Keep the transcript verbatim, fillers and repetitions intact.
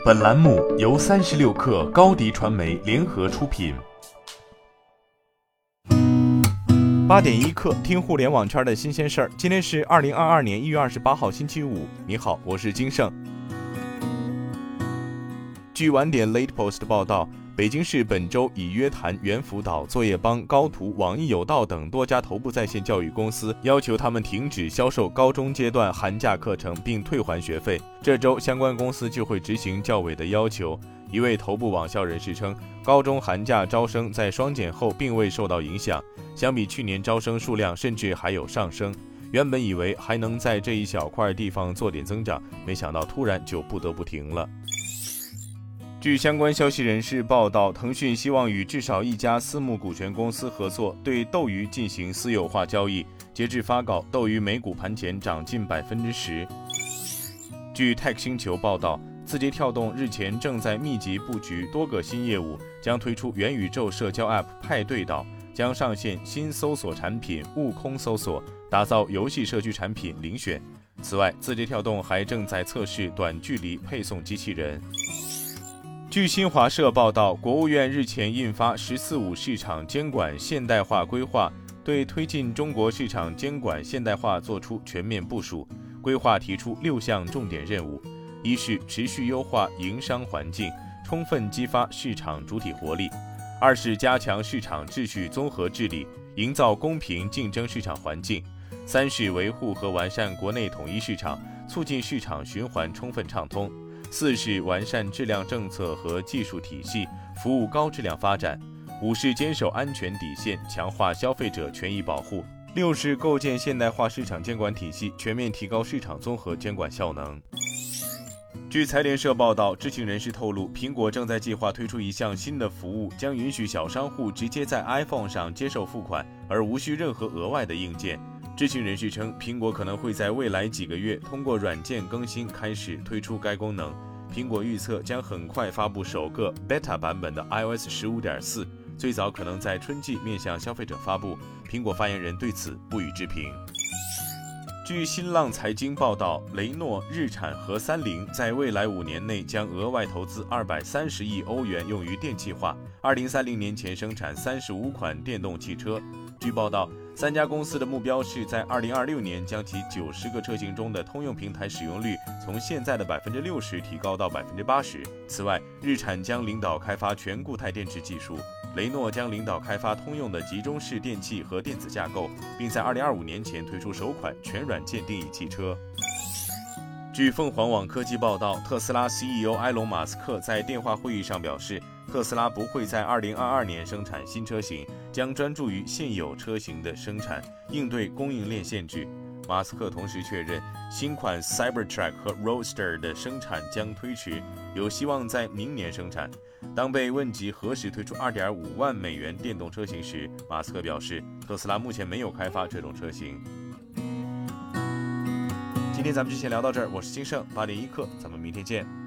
本栏目由三十六氪高迪传媒联合出品。 八点一刻，听互联网圈的新鲜事儿。今天是二零二二年一月二十八号，星期五。你好，我是金盛。据晚点 Late Post 报道，北京市本周已约谈猿辅导、作业帮、高途、网易有道等多家头部在线教育公司，要求他们停止销售高中阶段寒假课程并退还学费。这周相关公司就会执行教委的要求。一位头部网校人士称，高中寒假招生在双减后并未受到影响，相比去年招生数量甚至还有上升。原本以为还能在这一小块地方做点增长，没想到突然就不得不停了。据相关消息人士报道，腾讯希望与至少一家私募股权公司合作，对斗鱼进行私有化交易。截至发稿，斗鱼每股盘前涨近百分之十。据 Tech 星球报道，字节跳动日前正在密集布局多个新业务，将推出元宇宙社交 App 派对岛，将上线新搜索产品悟空搜索，打造游戏社区产品遴选。此外，字节跳动还正在测试短距离配送机器人。据新华社报道，国务院日前印发“十四五”市场监管现代化规划，对推进中国市场监管现代化作出全面部署。规划提出六项重点任务：一是持续优化营商环境，充分激发市场主体活力；二是加强市场秩序综合治理，营造公平竞争市场环境；三是维护和完善国内统一市场，促进市场循环充分畅通；四是完善质量政策和技术体系，服务高质量发展；五是坚守安全底线，强化消费者权益保护；六是构建现代化市场监管体系，全面提高市场综合监管效能。据财联社报道，知情人士透露，苹果正在计划推出一项新的服务，将允许小商户直接在 iPhone 上接受付款，而无需任何额外的硬件。知情人士称，苹果可能会在未来几个月通过软件更新开始推出该功能。苹果预测将很快发布首个 beta 版本的 iOS 十五点四， 最早可能在春季面向消费者发布。苹果发言人对此不予置评。据新浪财经报道，雷诺、日产和三菱在未来五年内将额外投资二百三十亿欧元用于电气化，二零三零年前生产三十五款电动汽车。据报道，三家公司的目标是在二零二六年将其九十个车型中的通用平台使用率从现在的百分之六十提高到百分之八十。此外，日产将领导开发全固态电池技术，雷诺将领导开发通用的集中式电器和电子架构，并在二零二五年前推出首款全软件定义汽车。据凤凰网科技报道，特斯拉 C E O 埃隆·马斯克在电话会议上表示，特斯拉不会在二零二二年生产新车型，将专注于现有车型的生产，应对供应链限制。马斯克同时确认，新款 Cybertruck 和 Roadster 的生产将推迟，有希望在明年生产。当被问及何时推出 二点五万美元电动车型时，马斯克表示，特斯拉目前没有开发这种车型。今天咱们就先聊到这儿，我是金盛，八点一刻，咱们明天见。